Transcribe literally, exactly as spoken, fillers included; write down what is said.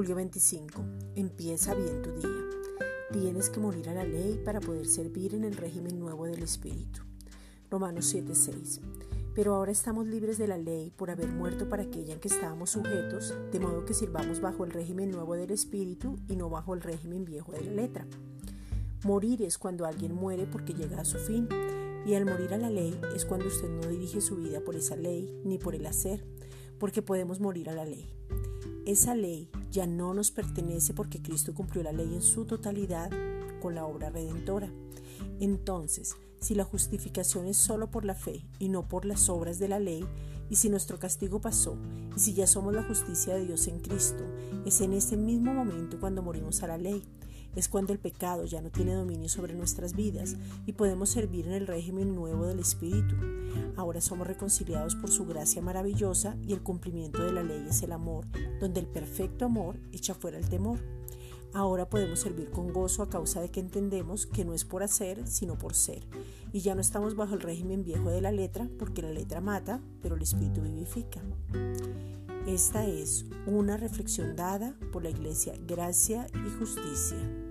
Julio veinticinco. Empieza bien tu día. Tienes que morir a la ley para poder servir en el régimen nuevo del Espíritu. Romanos siete seis. Pero ahora estamos libres de la ley por haber muerto para aquella en que estábamos sujetos, de modo que sirvamos bajo el régimen nuevo del Espíritu y no bajo el régimen viejo de la letra. Morir es cuando alguien muere porque llega a su fin, y al morir a la ley es cuando usted no dirige su vida por esa ley ni por el hacer, porque podemos morir a la ley. Esa ley ya no nos pertenece porque Cristo cumplió la ley en su totalidad con la obra redentora. Entonces, si la justificación es solo por la fe y no por las obras de la ley, y si nuestro castigo pasó, y si ya somos la justicia de Dios en Cristo, es en ese mismo momento cuando morimos a la ley. Es cuando el pecado ya no tiene dominio sobre nuestras vidas y podemos servir en el régimen nuevo del Espíritu. Ahora somos reconciliados por su gracia maravillosa y el cumplimiento de la ley es el amor, donde el perfecto amor echa fuera el temor. Ahora podemos servir con gozo a causa de que entendemos que no es por hacer, sino por ser. Y ya no estamos bajo el régimen viejo de la letra, porque la letra mata, pero el Espíritu vivifica. Esta es una reflexión dada por la Iglesia Gracia y Justicia.